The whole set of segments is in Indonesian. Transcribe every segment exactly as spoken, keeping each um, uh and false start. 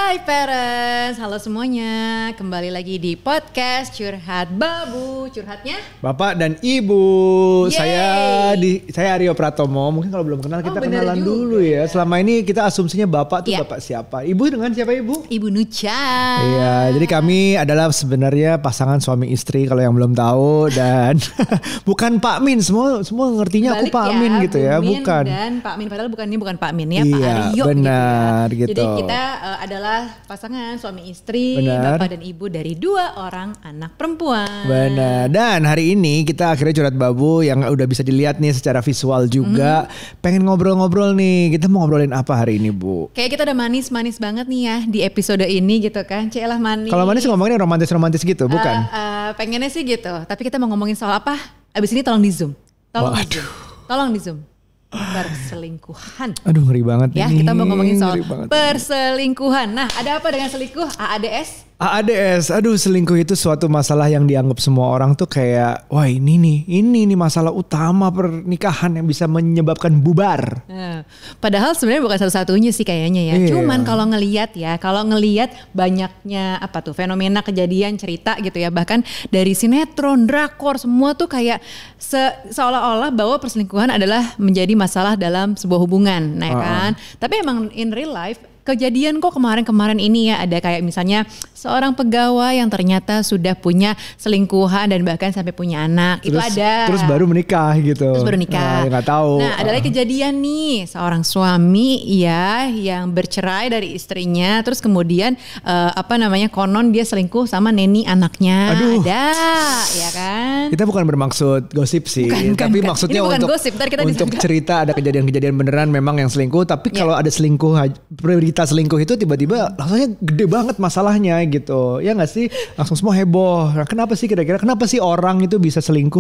Hai parents, halo semuanya. Kembali lagi di podcast Curhat Babu. Curhatnya Bapak dan Ibu. Yeay. Saya di saya Aryo Pratomo. Mungkin kalau belum kenal kita oh, kenalan juga. dulu ya. Selama ini kita asumsinya Bapak tuh yeah. Bapak siapa? Ibu dengan siapa Ibu? Ibu Nucha. Iya, jadi kami adalah sebenarnya pasangan suami istri kalau yang belum tahu dan bukan Pak Min. Semua semua ngertinya Balik aku Pak ya, Min gitu ya, Min bukan. Dan Pak Min padahal bukan ini bukan Pak Min ya, iya, Pak Aryo benar, gitu ya. gitu. Jadi kita uh, adalah pasangan suami istri, benar. Bapak dan Ibu dari dua orang anak perempuan. Benar. Dan hari ini kita akhirnya Curhat Babu yang udah bisa dilihat nih secara visual juga. Mm-hmm. Pengen ngobrol-ngobrol nih. Kita mau ngobrolin apa hari ini, Bu? Kayak kita udah manis-manis banget nih ya di episode ini gitu kan. Cielah manis. Kalau manis ngomongin romantis-romantis gitu, bukan? Uh, uh, pengennya sih gitu. Tapi kita mau ngomongin soal apa? Abis ini tolong di zoom. Tolong Waduh. di zoom. Tolong di zoom. Perselingkuhan. Aduh ngeri banget ya, ini. Kita mau ngomongin soal perselingkuhan. Nah, ada apa dengan selingkuh? A A D S? A A D S, aduh selingkuh itu suatu masalah yang dianggap semua orang tuh kayak wah ini nih, ini nih masalah utama pernikahan yang bisa menyebabkan bubar. Nah, padahal sebenarnya bukan satu-satunya sih kayaknya ya. Iya. Cuman kalau ngelihat ya, kalau ngelihat banyaknya apa tuh fenomena kejadian cerita gitu ya, bahkan dari sinetron, drakor semua tuh kayak se- seolah-olah bahwa perselingkuhan adalah menjadi masalah dalam sebuah hubungan, nah uh-uh. kan. Tapi emang in real life kejadian kok kemarin-kemarin ini ya, ada kayak misalnya seorang pegawai yang ternyata sudah punya selingkuhan dan bahkan sampai punya anak. Terus, itu ada. Terus baru menikah gitu. Terus baru nikah. Nah, nggak tahu. Nah, ada lagi kejadian nih, seorang suami ya yang bercerai dari istrinya, terus kemudian uh, apa namanya konon dia selingkuh sama neni anaknya. Aduh. Ada, ya kan? Kita bukan bermaksud gosip sih, bukan, tapi bukan, maksudnya bukan untuk gosip, kita untuk disangka. Cerita ada kejadian-kejadian beneran memang yang selingkuh. Tapi yeah. kalau ada selingkuh kita selingkuh itu tiba-tiba langsungnya gede banget masalahnya gitu. Ya gak sih? Langsung semua heboh. Nah, kenapa sih kira-kira? Kenapa sih orang itu bisa selingkuh?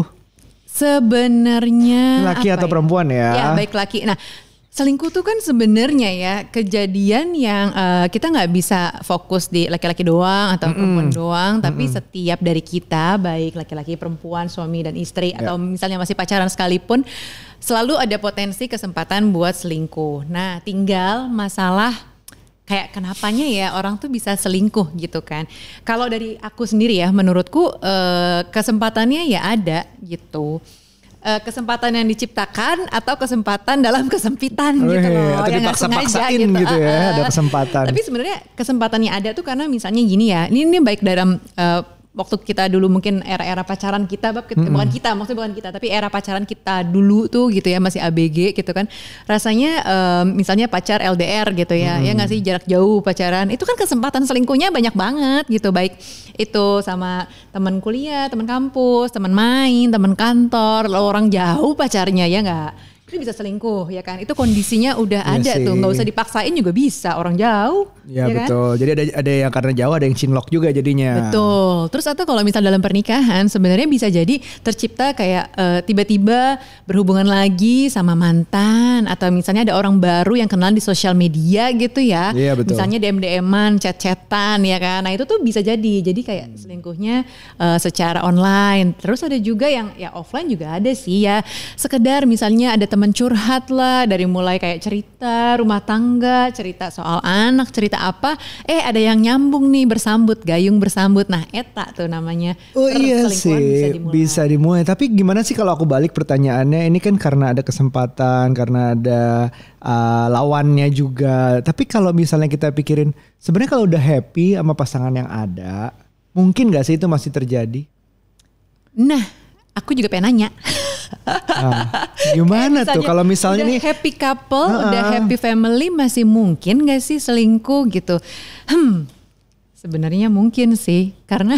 Sebenarnya laki atau ya? perempuan ya? Ya baik laki. Nah selingkuh tuh kan sebenarnya ya kejadian yang uh, kita gak bisa fokus di laki-laki doang atau mm-mm. perempuan doang. Mm-mm. Tapi setiap dari kita baik laki-laki, perempuan, suami dan istri yeah. atau misalnya masih pacaran sekalipun selalu ada potensi kesempatan buat selingkuh. Nah tinggal masalah kayak kenapanya ya orang tuh bisa selingkuh gitu kan. Kalau dari aku sendiri ya menurutku eh, kesempatannya ya ada gitu. Eh, kesempatan yang diciptakan atau kesempatan dalam kesempitan Wih, gitu loh. Atau yang dipaksa-paksain gitu, gitu ya uh, ada kesempatan. Tapi sebenarnya kesempatannya ada tuh karena misalnya gini ya. Ini, ini baik dalam uh, waktu kita dulu mungkin era-era pacaran kita, bab kita, mm-hmm. bukan kita, maksudnya bukan kita, tapi era pacaran kita dulu tuh gitu ya, masih A B G gitu kan. Rasanya um, misalnya pacar L D R gitu ya, mm-hmm. ya nggak sih jarak jauh pacaran, itu kan kesempatan selingkuhnya banyak banget gitu, baik itu sama teman kuliah, teman kampus, teman main, teman kantor, lo orang jauh pacarnya ya nggak. Itu bisa selingkuh ya kan, itu kondisinya udah ya ada sih. Tuh nggak usah dipaksain juga bisa, orang jauh ya, ya betul kan? Jadi ada ada yang karena jauh, ada yang cinlok juga jadinya. Betul. Terus atau kalau misal dalam pernikahan sebenarnya bisa jadi tercipta kayak uh, tiba-tiba berhubungan lagi sama mantan, atau misalnya ada orang baru yang kenalan di sosial media gitu ya, ya misalnya D M D M-an, chat-chatan ya kan. Nah itu tuh bisa jadi jadi kayak selingkuhnya uh, secara online. Terus ada juga yang ya offline juga ada sih ya, sekedar misalnya ada teman curhat lah, dari mulai kayak cerita rumah tangga, cerita soal anak, cerita apa, eh ada yang nyambung nih, bersambut, gayung bersambut. Nah eta tuh namanya oh iya sih bisa dimulai. bisa dimulai. Tapi gimana sih kalau aku balik pertanyaannya, ini kan karena ada kesempatan, karena ada uh, lawannya juga. Tapi kalau misalnya kita pikirin sebenarnya kalau udah happy sama pasangan yang ada, mungkin gak sih itu masih terjadi? Nah aku juga pengen nanya. Nah, gimana tuh kalau misalnya udah nih happy couple, uh-uh. udah happy family, masih mungkin gak sih selingkuh gitu? Hmm, sebenarnya mungkin sih, karena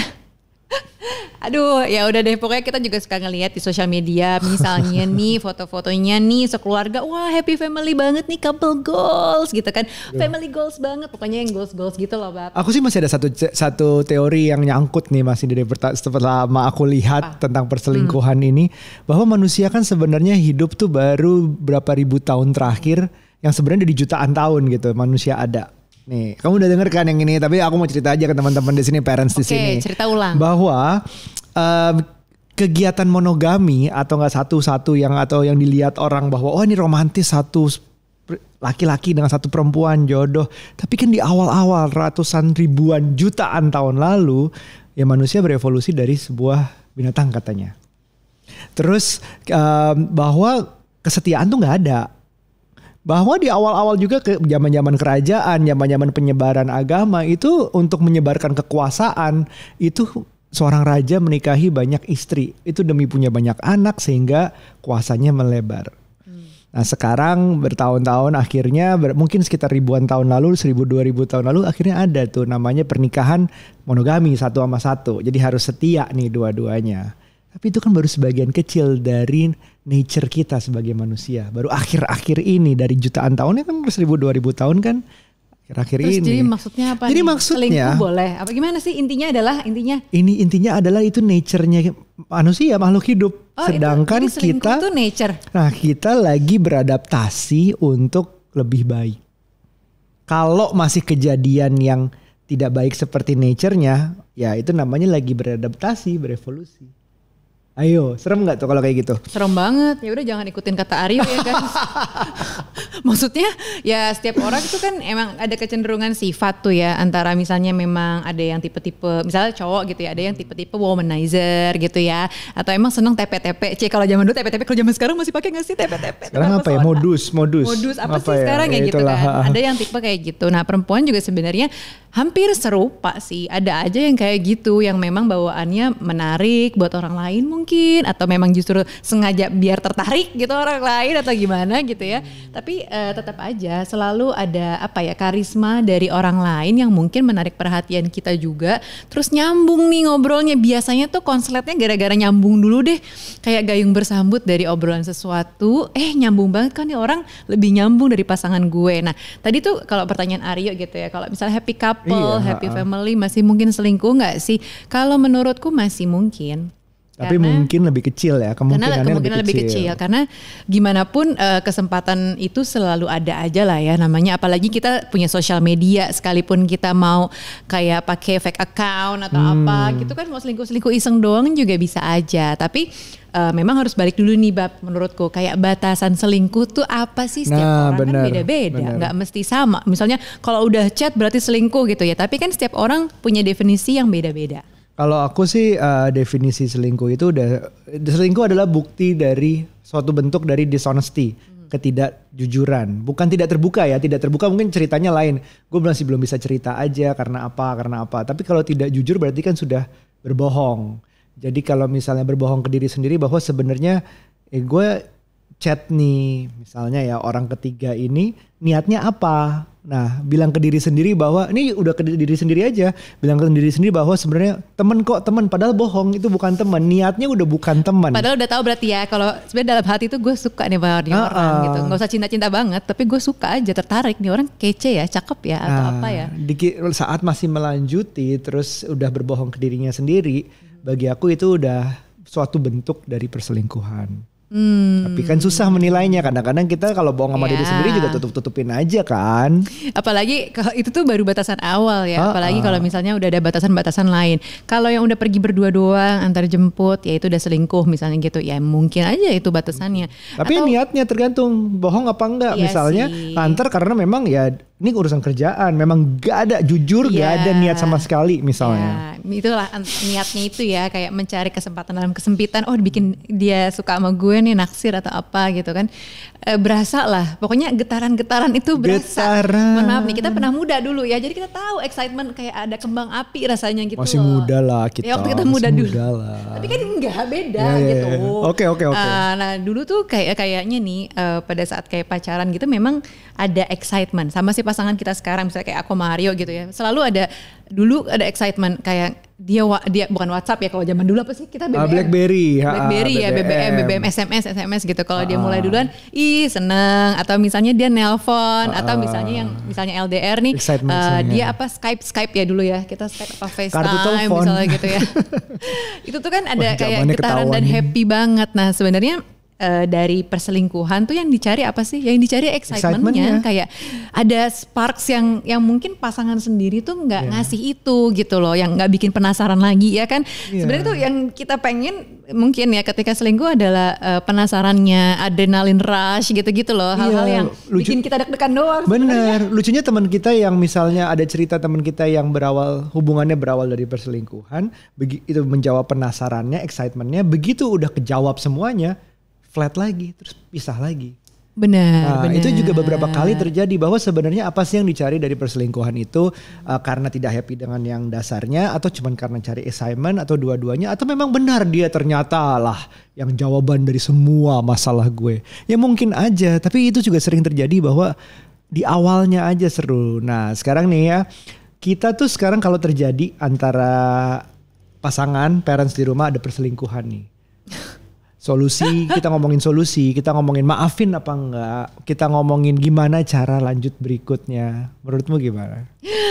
aduh ya udah deh, pokoknya kita juga suka ngelihat di sosial media misalnya nih foto-fotonya nih sekeluarga, wah happy family banget nih, couple goals gitu kan, Duh. family goals banget, pokoknya yang goals-goals gitu loh Bab. Aku sih masih ada satu satu teori yang nyangkut nih masih dari pertama aku lihat ah. tentang perselingkuhan hmm. ini, bahwa manusia kan sebenarnya hidup tuh baru berapa ribu tahun terakhir, yang sebenarnya di jutaan tahun gitu manusia ada. Nih, kamu udah denger kan yang ini, tapi aku mau cerita aja ke teman-teman di sini, parents okay, di sini. Oke, cerita ulang. Bahwa uh, kegiatan monogami atau enggak satu-satu yang atau yang dilihat orang bahwa oh ini romantis satu laki-laki dengan satu perempuan jodoh. Tapi kan di awal-awal ratusan ribuan jutaan tahun lalu ya manusia berevolusi dari sebuah binatang katanya. Terus um, bahwa kesetiaan tuh nggak ada. Bahwa di awal-awal juga ke zaman-zaman kerajaan, zaman-zaman penyebaran agama itu untuk menyebarkan kekuasaan itu seorang raja menikahi banyak istri. Itu demi punya banyak anak sehingga kuasanya melebar. Hmm. Nah sekarang bertahun-tahun akhirnya ber, mungkin sekitar ribuan tahun lalu, seribu dua ribu tahun lalu akhirnya ada tuh namanya pernikahan monogami satu sama satu. Jadi harus setia nih dua-duanya. Tapi itu kan baru sebagian kecil dari nature kita sebagai manusia. Baru akhir-akhir ini dari jutaan tahunnya kan seribu dua ribu tahun kan akhir-akhir Terus ini. Jadi maksudnya apa? Jadi nih? maksudnya Selingkuh boleh? Apa gimana sih intinya adalah intinya? Ini intinya adalah itu nature-nya manusia makhluk hidup. Oh, Sedangkan itu, jadi kita itu nature. Nah, kita lagi beradaptasi untuk lebih baik. Kalau masih kejadian yang tidak baik seperti nature-nya, ya itu namanya lagi beradaptasi, berevolusi. Ayo, serem nggak tuh kalau kayak gitu? Serem banget. Ya udah jangan ikutin kata Aryo ya guys. Maksudnya ya setiap orang itu kan emang ada kecenderungan sifat tuh ya, antara misalnya memang ada yang tipe-tipe misalnya cowok gitu ya, ada yang tipe-tipe womanizer gitu ya, atau emang seneng T P T P. Cek kalau zaman dulu T P T P, kalau zaman sekarang masih pakai nggak sih T P T P? Sekarang apa ya? Modus, modus. Modus apa, apa sih ya? sekarang ya, ya gitu kan. Ada yang tipe kayak gitu. Nah, perempuan juga sebenarnya hampir serupa sih. Ada aja yang kayak gitu yang memang bawaannya menarik buat orang lain mungkin, atau memang justru sengaja biar tertarik gitu orang lain atau gimana gitu ya. Hmm. Tapi uh, tetap aja selalu ada apa ya, karisma dari orang lain yang mungkin menarik perhatian kita juga. Terus nyambung nih ngobrolnya. Biasanya tuh konsletnya gara-gara nyambung dulu deh. Kayak gayung bersambut dari obrolan sesuatu, eh nyambung banget kan nih orang, lebih nyambung dari pasangan gue. Nah, tadi tuh kalau pertanyaan Aryo gitu ya, kalau misalnya happy couple, iya, happy uh, family masih mungkin selingkuh nggak sih? Kalau menurutku masih mungkin. Tapi karena, mungkin lebih kecil ya, kemungkinannya karena kemungkinan lebih kecil. lebih kecil. Karena gimana pun uh, kesempatan itu selalu ada aja lah ya namanya. Apalagi kita punya sosial media, sekalipun kita mau kayak pakai fake account atau hmm. apa gitu kan, mau selingkuh-selingkuh iseng doang juga bisa aja. Tapi uh, memang harus balik dulu nih Bab, menurutku kayak batasan selingkuh tuh apa sih? Setiap nah, orang bener, kan beda-beda, nggak mesti sama. Misalnya kalau udah chat berarti selingkuh gitu ya. Tapi kan setiap orang punya definisi yang beda-beda. Kalau aku sih uh, definisi selingkuh itu udah, selingkuh adalah bukti dari suatu bentuk dari dishonesty, hmm. ketidakjujuran. Bukan tidak terbuka ya, tidak terbuka mungkin ceritanya lain. Gue masih belum bisa cerita aja karena apa, karena apa. Tapi kalau tidak jujur berarti kan sudah berbohong. Jadi kalau misalnya berbohong ke diri sendiri bahwa sebenarnya eh gue chat nih misalnya ya orang ketiga ini niatnya apa. Nah, bilang ke diri sendiri bahwa ini udah ke diri sendiri aja, bilang ke diri sendiri bahwa sebenarnya temen kok temen, padahal bohong, itu bukan temen, niatnya udah bukan temen. Padahal udah tahu berarti ya kalau sebenarnya dalam hati itu gue suka nih sama uh, orang uh. gitu, nggak usah cinta-cinta banget, tapi gue suka aja, tertarik nih orang kece ya, cakep ya atau nah, apa ya. Di saat masih melanjuti terus udah berbohong ke dirinya sendiri, hmm. bagi aku itu udah suatu bentuk dari perselingkuhan. Hmm. Tapi kan susah menilainya, kadang-kadang kita kalau bohong sama ya. diri sendiri juga tutup-tutupin aja kan. Apalagi kalau itu tuh baru batasan awal ya, uh, apalagi uh. kalau misalnya udah ada batasan-batasan lain. Kalau yang udah pergi berdua doang antar jemput ya itu udah selingkuh misalnya gitu, ya mungkin aja itu batasannya. Tapi atau, niatnya tergantung bohong apa enggak, iya misalnya sih. Antar karena memang ya ini urusan kerjaan, memang gak ada jujur, yeah. gak ada niat sama sekali misalnya. Yeah. Itulah niatnya itu ya, kayak mencari kesempatan dalam kesempitan. Oh, bikin dia suka sama gue nih, naksir atau apa gitu kan. E, berasa lah, pokoknya getaran-getaran itu berasa. Getaran. Mohon maaf nih, kita pernah muda dulu ya, jadi kita tahu excitement kayak ada kembang api rasanya gitu. Masih loh. muda lah kita. Ya waktu kita muda dulu. Muda lah. Tapi kan enggak beda yeah, gitu. Oke oke oke. Nah dulu tuh kayak kayaknya nih uh, pada saat kayak pacaran gitu memang ada excitement sama si pasangan kita sekarang, misalnya kayak aku Mario gitu ya, selalu ada dulu ada excitement kayak dia dia bukan WhatsApp ya, kalau zaman dulu apa sih kita B B M, uh, BlackBerry, BlackBerry ha, ya B B M, B B M S M S S M S gitu. Kalau uh, dia mulai duluan, ih seneng, atau misalnya dia nelpon, uh, atau misalnya yang misalnya L D R nih, uh, dia apa Skype Skype ya dulu ya, kita Skype apa FaceTime misalnya gitu ya. Itu tuh kan ada wah, kayak getaran dan happy banget. Nah sebenarnya Uh, dari perselingkuhan tuh yang dicari apa sih? Yang dicari excitementnya, kayak ada sparks yang yang mungkin pasangan sendiri tuh nggak yeah. ngasih itu gitu loh, yang nggak bikin penasaran lagi ya kan? Yeah. Sebenarnya tuh yang kita pengen mungkin ya ketika selingkuh adalah uh, penasarannya, adrenalin rush gitu-gitu loh, hal-hal yeah, yang lucu, bikin kita deg-degan doang. Bener, sebenernya. Lucunya teman kita yang misalnya ada cerita teman kita yang berawal hubungannya berawal dari perselingkuhan, begi, itu menjawab penasarannya, excitementnya, begitu udah kejawab semuanya. Flat lagi, terus pisah lagi. Benar, nah, benar. Itu juga beberapa kali terjadi bahwa sebenarnya apa sih yang dicari dari perselingkuhan itu uh, karena tidak happy dengan yang dasarnya atau cuma karena cari assignment atau dua-duanya atau memang benar dia ternyata lah yang jawaban dari semua masalah gue. Ya mungkin aja, tapi itu juga sering terjadi bahwa di awalnya aja seru. Nah sekarang nih ya, kita tuh sekarang kalau terjadi antara pasangan, parents di rumah ada perselingkuhan nih. Solusi, kita ngomongin solusi, kita ngomongin maafin apa enggak, kita ngomongin gimana cara lanjut berikutnya. Menurutmu gimana?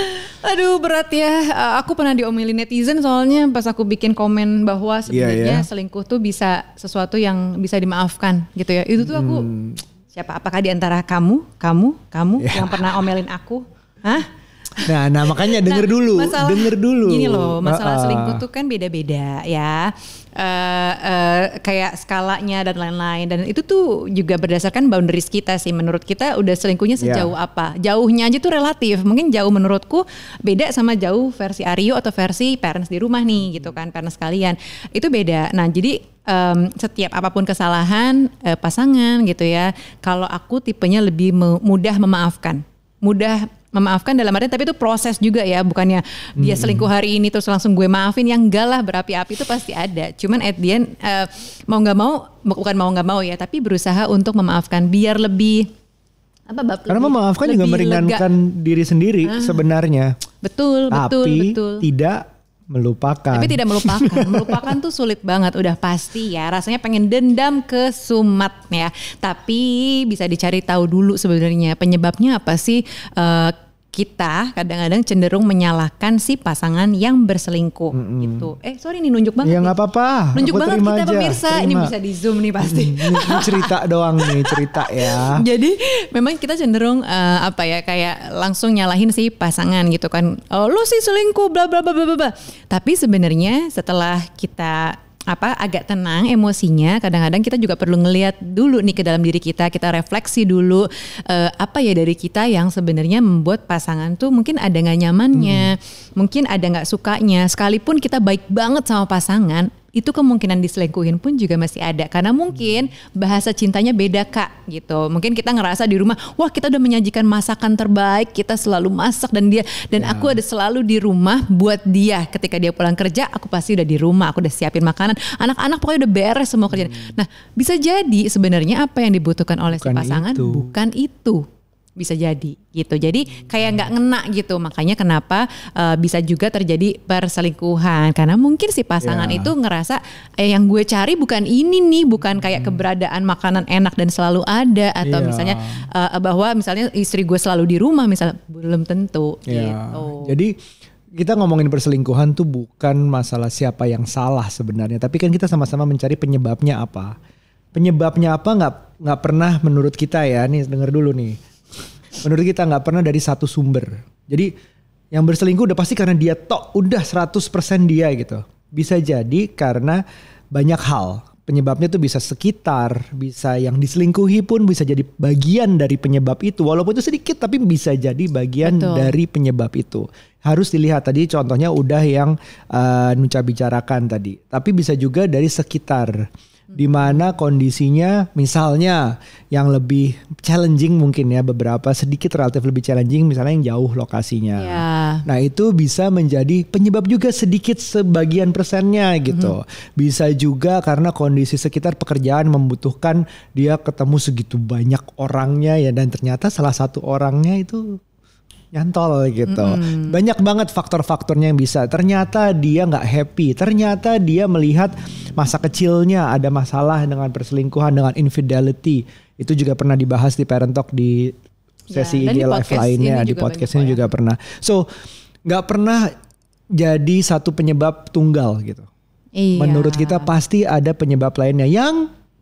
Aduh berat ya, aku pernah diomelin netizen soalnya pas aku bikin komen bahwa sebenarnya yeah, yeah. selingkuh tuh bisa sesuatu yang bisa dimaafkan gitu ya. Itu tuh aku, hmm. siapa, apakah di antara kamu, kamu, kamu yeah. yang pernah omelin aku? Hah? Nah, nah makanya denger nah, dulu, masalah, denger dulu. Gini loh, masalah uh, uh. selingkuh tuh kan beda-beda ya, uh, uh, kayak skalanya dan lain-lain. Dan itu tuh juga berdasarkan boundaries kita sih. Menurut kita udah selingkuhnya sejauh yeah. apa? Jauhnya aja tuh relatif. Mungkin jauh menurutku beda sama jauh versi Aryo atau versi parents di rumah nih gitu kan, parents kalian. Itu beda. Nah jadi um, setiap apapun kesalahan uh, pasangan gitu ya. Kalau aku tipenya lebih me- mudah memaafkan, mudah memaafkan dalam artian, tapi itu proses juga ya, bukannya dia selingkuh hari ini terus langsung gue maafin, yang enggak lah, berapi-api itu pasti ada. Cuman at the end uh, mau nggak mau, bukan mau nggak mau ya, tapi berusaha untuk memaafkan biar lebih apa bab, karena lebih, memaafkan juga meringankan lega. Diri sendiri ah, sebenarnya. Betul, tapi betul, betul. Tidak melupakan. Tapi tidak melupakan. Melupakan tuh sulit banget, udah pasti ya. Rasanya pengen dendam ke sumat ya. Tapi bisa dicari tahu dulu sebenarnya penyebabnya apa sih. Uh, kita kadang-kadang cenderung menyalahkan si pasangan yang berselingkuh mm-hmm. gitu. Eh sorry nih nunjuk banget. Ya nggak apa-apa. Nunjuk banget kita aja. Pemirsa. Terima. Ini bisa di zoom nih pasti. Hmm, ini cerita doang nih, cerita ya. Jadi memang kita cenderung uh, apa ya, kayak langsung nyalahin si pasangan gitu kan. Oh lo sih selingkuh bla bla bla bla bla. Tapi sebenarnya setelah kita apa agak tenang emosinya, kadang-kadang kita juga perlu ngelihat dulu nih ke dalam diri kita, kita refleksi dulu uh, apa ya dari kita yang sebenarnya membuat pasangan tuh mungkin ada nggak nyamannya, hmm. mungkin ada nggak sukanya, sekalipun kita baik banget sama pasangan, itu kemungkinan diselingkuhin pun juga masih ada, karena mungkin bahasa cintanya beda kak gitu. Mungkin kita ngerasa di rumah, wah kita udah menyajikan masakan terbaik, kita selalu masak dan dia dan ya. Aku ada selalu di rumah buat dia. Ketika dia pulang kerja, aku pasti udah di rumah, aku udah siapin makanan, anak-anak pokoknya udah beres semua kerjaan. Hmm. Nah bisa jadi sebenarnya apa yang dibutuhkan oleh bukan si pasangan itu. bukan itu. Bisa jadi gitu, jadi kayak nggak ngena gitu, makanya kenapa uh, bisa juga terjadi perselingkuhan, karena mungkin si pasangan yeah. itu ngerasa eh, yang gue cari bukan ini nih, bukan kayak hmm. keberadaan makanan enak dan selalu ada, atau yeah. misalnya uh, bahwa misalnya istri gue selalu di rumah, misalnya belum tentu yeah. gitu. Jadi kita ngomongin perselingkuhan tuh bukan masalah siapa yang salah sebenarnya, tapi kan kita sama-sama mencari penyebabnya apa. Penyebabnya apa nggak nggak pernah menurut kita ya, nih denger dulu nih. Menurut kita nggak pernah dari satu sumber. Jadi yang berselingkuh udah pasti karena dia tok, udah seratus persen dia gitu. Bisa jadi karena banyak hal. Penyebabnya tuh bisa sekitar, bisa yang diselingkuhi pun bisa jadi bagian dari penyebab itu. Walaupun itu sedikit tapi bisa jadi bagian Betul. Dari penyebab itu. Harus dilihat tadi contohnya udah yang uh, Nucha bicarakan tadi. Tapi bisa juga dari sekitar. Di mana kondisinya misalnya yang lebih challenging mungkin ya, beberapa sedikit relatif lebih challenging misalnya yang jauh lokasinya. Yeah. Nah itu bisa menjadi penyebab juga sedikit sebagian persennya gitu. Mm-hmm. Bisa juga karena kondisi sekitar pekerjaan membutuhkan dia ketemu segitu banyak orangnya ya, dan ternyata salah satu orangnya itu nyantol gitu. Mm-hmm. Banyak banget faktor-faktornya yang bisa. Ternyata dia gak happy. Ternyata dia melihat masa kecilnya ada masalah dengan perselingkuhan, dengan infidelity. Itu juga pernah dibahas di Parent Talk di sesi ya, I G Live lainnya. Di podcast ini juga pernah. So gak pernah jadi satu penyebab tunggal gitu. Iya. Menurut kita pasti ada penyebab lainnya yang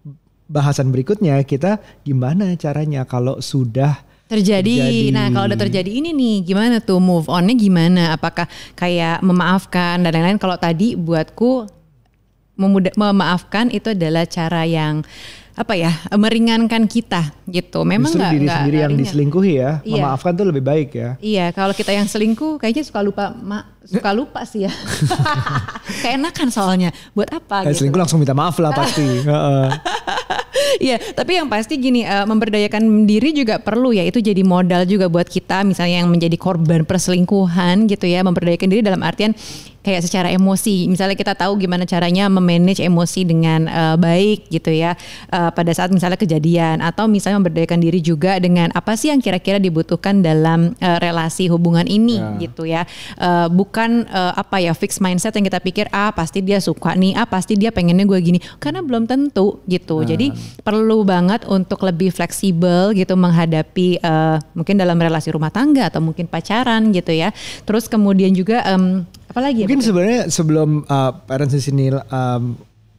bahasan berikutnya kita gimana caranya kalau sudah Terjadi. terjadi. Nah kalau udah terjadi ini nih gimana tuh move onnya gimana? Apakah kayak memaafkan dan lain-lain? Kalau tadi buatku memuda- memaafkan itu adalah cara yang apa ya meringankan kita gitu. Memang justru gak, diri gak, sendiri gak yang ringan. diselingkuhi ya. Iya. Memaafkan tuh lebih baik ya. Iya kalau kita yang selingkuh kayaknya suka lupa ma, suka lupa sih ya. Keenakan soalnya. Buat apa Eh, gitu. selingkuh langsung minta maaf lah pasti. Iya, tapi yang pasti gini, uh, memberdayakan diri juga perlu ya. Itu jadi modal juga buat kita, misalnya yang menjadi korban perselingkuhan gitu ya. Memberdayakan diri dalam artian kayak secara emosi. Misalnya kita tahu gimana caranya memanage emosi dengan uh, baik gitu ya. Uh, pada saat misalnya kejadian atau misalnya memberdayakan diri juga dengan apa sih yang kira-kira dibutuhkan dalam uh, relasi hubungan ini ya. Gitu ya. Uh, bukan uh, apa ya fix mindset yang kita pikir ah pasti dia suka nih, ah pasti dia pengennya gue gini. Karena belum tentu gitu. Nah. Jadi perlu banget untuk lebih fleksibel gitu menghadapi uh, mungkin dalam relasi rumah tangga atau mungkin pacaran gitu ya. Terus kemudian juga um, apalagi mungkin ya, sebenarnya sebelum uh, parents di sini um,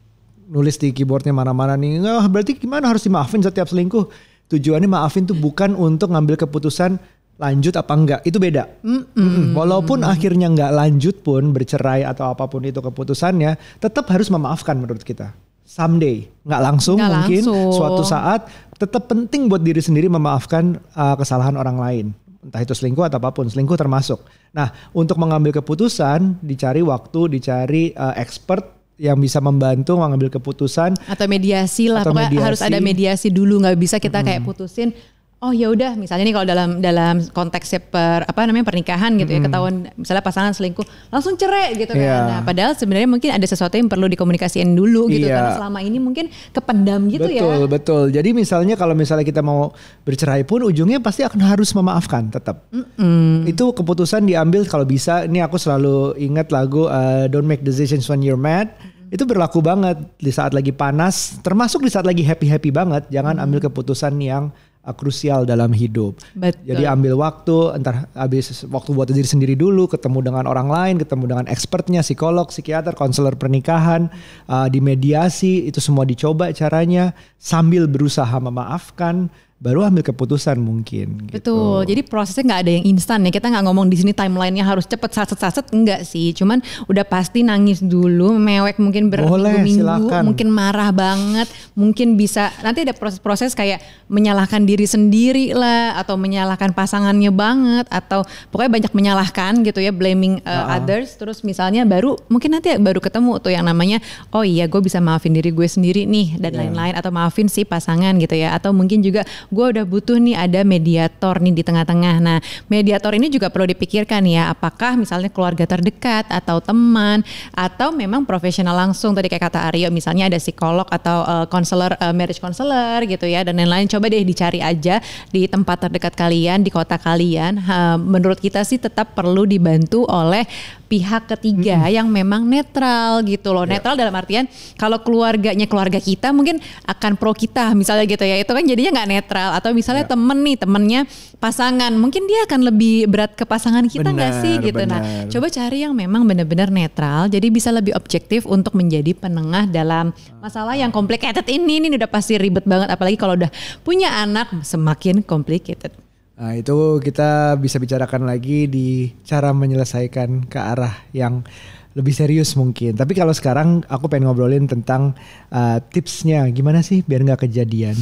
nulis di keyboardnya mana-mana nih, nggak berarti gimana harus dimaafin setiap selingkuh? Tujuannya maafin tuh bukan untuk ngambil keputusan lanjut apa enggak, itu beda. Mm-mm. Walaupun akhirnya nggak lanjut pun bercerai atau apapun itu keputusannya, tetap harus memaafkan menurut kita. Someday, nggak langsung Nggak mungkin langsung. suatu saat tetap penting buat diri sendiri memaafkan uh, kesalahan orang lain. Entah itu selingkuh atau apapun, selingkuh termasuk. Nah, untuk mengambil keputusan, dicari waktu, dicari uh, expert yang bisa membantu mengambil keputusan. Atau mediasi lah, atau pokoknya mediasi. harus ada mediasi dulu, nggak bisa kita hmm. kayak putusin. Oh ya udah, misalnya nih kalau dalam dalam konteksnya per apa namanya pernikahan gitu hmm. ya, ketahuan misalnya pasangan selingkuh, langsung cerai gitu kan. Yeah. Nah, padahal sebenarnya mungkin ada sesuatu yang perlu dikomunikasiin dulu gitu yeah. karena selama ini mungkin kependam gitu betul, ya. Betul, betul. Jadi misalnya kalau misalnya kita mau bercerai pun ujungnya pasti akan harus memaafkan tetap. Mm-mm. Itu keputusan diambil kalau bisa. Ini aku selalu ingat lagu uh, Don't Make Decisions When You're Mad. Mm-mm. Itu berlaku banget di saat lagi panas, termasuk di saat lagi happy-happy banget. Jangan mm. ambil keputusan yang krusial dalam hidup. Betul. Jadi ambil waktu, entar habis waktu buat diri sendiri dulu, ketemu dengan orang lain, ketemu dengan expertnya, psikolog, psikiater, konselor pernikahan, uh, di mediasi, itu semua dicoba caranya sambil berusaha memaafkan. Baru ambil keputusan mungkin. Betul. Gitu. Jadi prosesnya nggak ada yang instan ya. Kita nggak ngomong di sini timelinenya harus cepet saset-saset, enggak sih. Cuman udah pasti nangis dulu, mewek mungkin berminggu-minggu, mungkin marah banget, mungkin bisa nanti ada proses-proses kayak menyalahkan diri sendiri lah, atau menyalahkan pasangannya banget, atau pokoknya banyak menyalahkan gitu ya, blaming uh, uh-uh. others. Terus misalnya baru mungkin nanti baru ketemu tuh yang namanya, oh iya gue bisa maafin diri gue sendiri nih dan yeah. lain-lain, atau maafin si pasangan gitu ya, atau mungkin juga gue udah butuh nih ada mediator nih di tengah-tengah. Nah, mediator ini juga perlu dipikirkan ya, apakah misalnya keluarga terdekat atau teman atau memang profesional langsung. Tadi kayak kata Aryo, misalnya ada psikolog atau konselor, uh, uh, marriage counselor gitu ya, dan lain-lain. Coba deh dicari aja di tempat terdekat kalian, di kota kalian. Uh, menurut kita sih tetap perlu dibantu oleh pihak ketiga mm-hmm. yang memang netral gitu loh. Yeah. Netral dalam artian kalau keluarganya keluarga kita mungkin akan pro kita misalnya gitu ya. Itu kan jadinya nggak netral. Atau misalnya yeah. temen nih, temennya pasangan, mungkin dia akan lebih berat ke pasangan kita nggak sih gitu. Benar. Nah, coba cari yang memang benar-benar netral. Jadi bisa lebih objektif untuk menjadi penengah dalam masalah yang complicated ini. Ini udah pasti ribet banget. Apalagi kalau udah punya anak, semakin complicated. Nah itu kita bisa bicarakan lagi di cara menyelesaikan ke arah yang lebih serius mungkin. Tapi kalau sekarang aku pengen ngobrolin tentang uh, tipsnya gimana sih biar gak kejadian.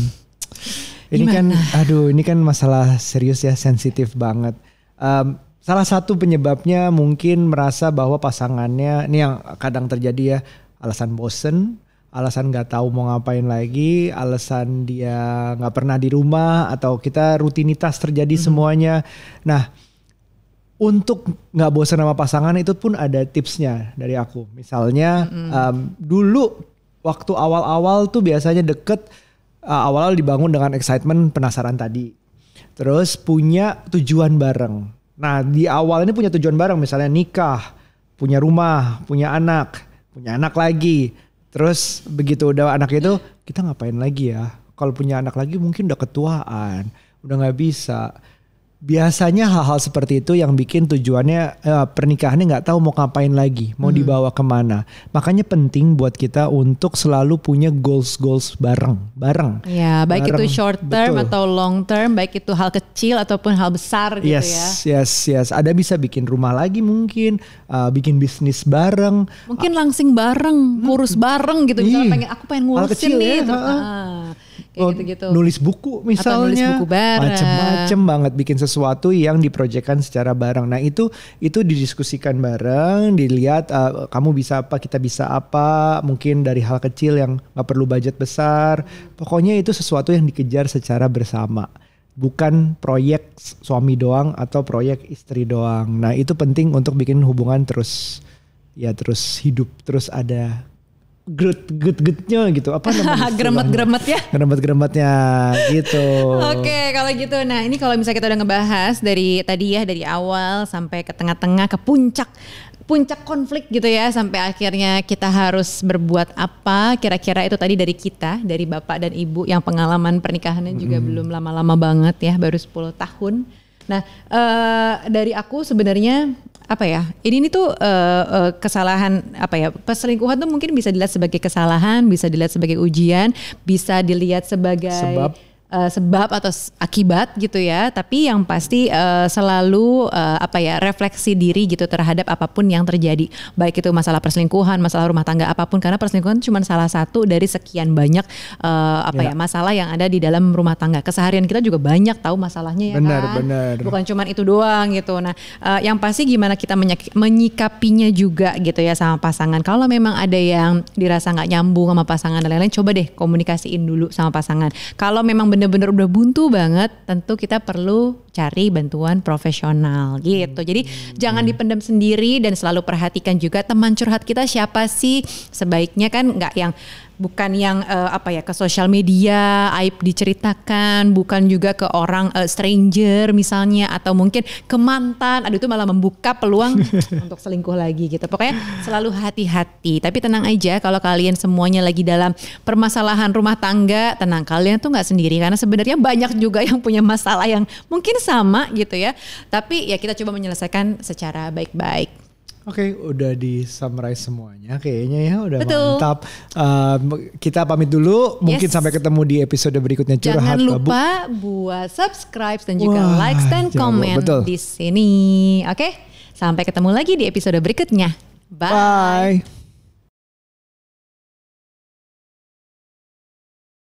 Ini gimana? kan aduh ini kan masalah serius ya, sensitif banget. Um, salah satu penyebabnya mungkin merasa bahwa pasangannya, ini yang kadang terjadi ya, alasan bosen, alasan nggak tahu mau ngapain lagi, alasan dia nggak pernah di rumah, atau kita rutinitas terjadi mm-hmm. semuanya. Nah, untuk nggak bosan sama pasangan itu pun ada tipsnya dari aku. Misalnya mm-hmm. um, dulu waktu awal-awal tuh biasanya deket, uh, awal-awal dibangun dengan excitement, penasaran tadi. Terus punya tujuan bareng. Nah di awal ini punya tujuan bareng, misalnya nikah, punya rumah, punya anak, punya anak lagi. Terus begitu udah anak itu, kita ngapain lagi ya? Kalau punya anak lagi mungkin udah ketuaan, udah gak bisa. biasanya hal-hal seperti itu yang bikin tujuannya eh, pernikahannya nggak tahu mau ngapain lagi, mau hmm. dibawa kemana. Makanya penting buat kita untuk selalu punya goals-goals bareng, bareng. Ya, baik bareng. itu short term Betul. atau long term, baik itu hal kecil ataupun hal besar gitu yes, ya. Yes, yes, ada bisa bikin rumah lagi mungkin, uh, bikin bisnis bareng. Mungkin langsing bareng, kurus bareng gitu. Misalnya pengen, aku pengen ngurusin kecil, nih. ya, Terus, uh, ah, kayak oh, gitu-gitu. Nulis buku misalnya. Atau nulis buku bareng. Macem-macem banget bikin sesuatu yang diprojekkan secara bareng. Nah itu itu didiskusikan bareng, dilihat uh, kamu bisa apa, kita bisa apa. Mungkin dari hal kecil yang gak perlu budget besar. Pokoknya itu sesuatu yang dikejar secara bersama. Bukan proyek suami doang atau proyek istri doang. Nah itu penting untuk bikin hubungan terus ya terus hidup, terus ada Gret-get-getnya gitu, apa namanya? Gremet-gremet ya. Gremet-gremetnya gitu. Oke, kalau gitu. Nah, ini kalau misalnya kita udah ngebahas dari tadi ya, dari awal sampai ke tengah-tengah, ke puncak puncak konflik gitu ya, sampai akhirnya kita harus berbuat apa. Kira-kira itu tadi dari kita, dari bapak dan ibu yang pengalaman pernikahannya juga hmm. belum lama-lama banget ya, baru sepuluh tahun. Nah, uh, dari aku sebenarnya apa ya? Ini nih tuh uh, uh, kesalahan apa ya? Perselingkuhan tuh mungkin bisa dilihat sebagai kesalahan, bisa dilihat sebagai ujian, bisa dilihat sebagai sebab uh, sebab atau akibat gitu ya. Tapi yang pasti uh, selalu uh, apa ya, refleksi diri gitu terhadap apapun yang terjadi. Baik itu masalah perselingkuhan, masalah rumah tangga apapun, karena perselingkuhan cuma salah satu dari sekian banyak uh, apa ya. ya masalah yang ada di dalam rumah tangga. Keseharian kita juga banyak tahu masalahnya ya benar, kan. Benar. Bukan cuma itu doang gitu. Nah, uh, yang pasti gimana kita menyik- menyikapinya juga gitu ya sama pasangan. Kalau memang ada yang dirasa nggak nyambung sama pasangan dan lain-lain, coba deh komunikasiin dulu sama pasangan. Kalau memang benar-benar udah buntu banget, tentu kita perlu cari bantuan profesional gitu. Jadi hmm. jangan dipendam sendiri dan selalu perhatikan juga teman curhat kita siapa sih. Sebaiknya kan nggak yang bukan yang uh, apa ya ke sosial media aib diceritakan, bukan juga ke orang uh, stranger misalnya, atau mungkin ke mantan. Aduh itu malah membuka peluang untuk selingkuh lagi gitu. Pokoknya selalu hati-hati. Tapi tenang aja kalau kalian semuanya lagi dalam permasalahan rumah tangga, tenang, kalian tuh nggak sendiri karena sebenarnya banyak juga yang punya masalah yang mungkin sama gitu ya. Tapi ya kita coba menyelesaikan secara baik-baik. Oke, okay, udah di summarize semuanya kayaknya ya, udah Betul. Mantap. Uh, kita pamit dulu, mungkin yes. sampai ketemu di episode berikutnya Curhat. Jangan lupa Babu. buat subscribe dan juga Wah, like dan komen di sini. Oke, okay? Sampai ketemu lagi di episode berikutnya. Bye. Bye.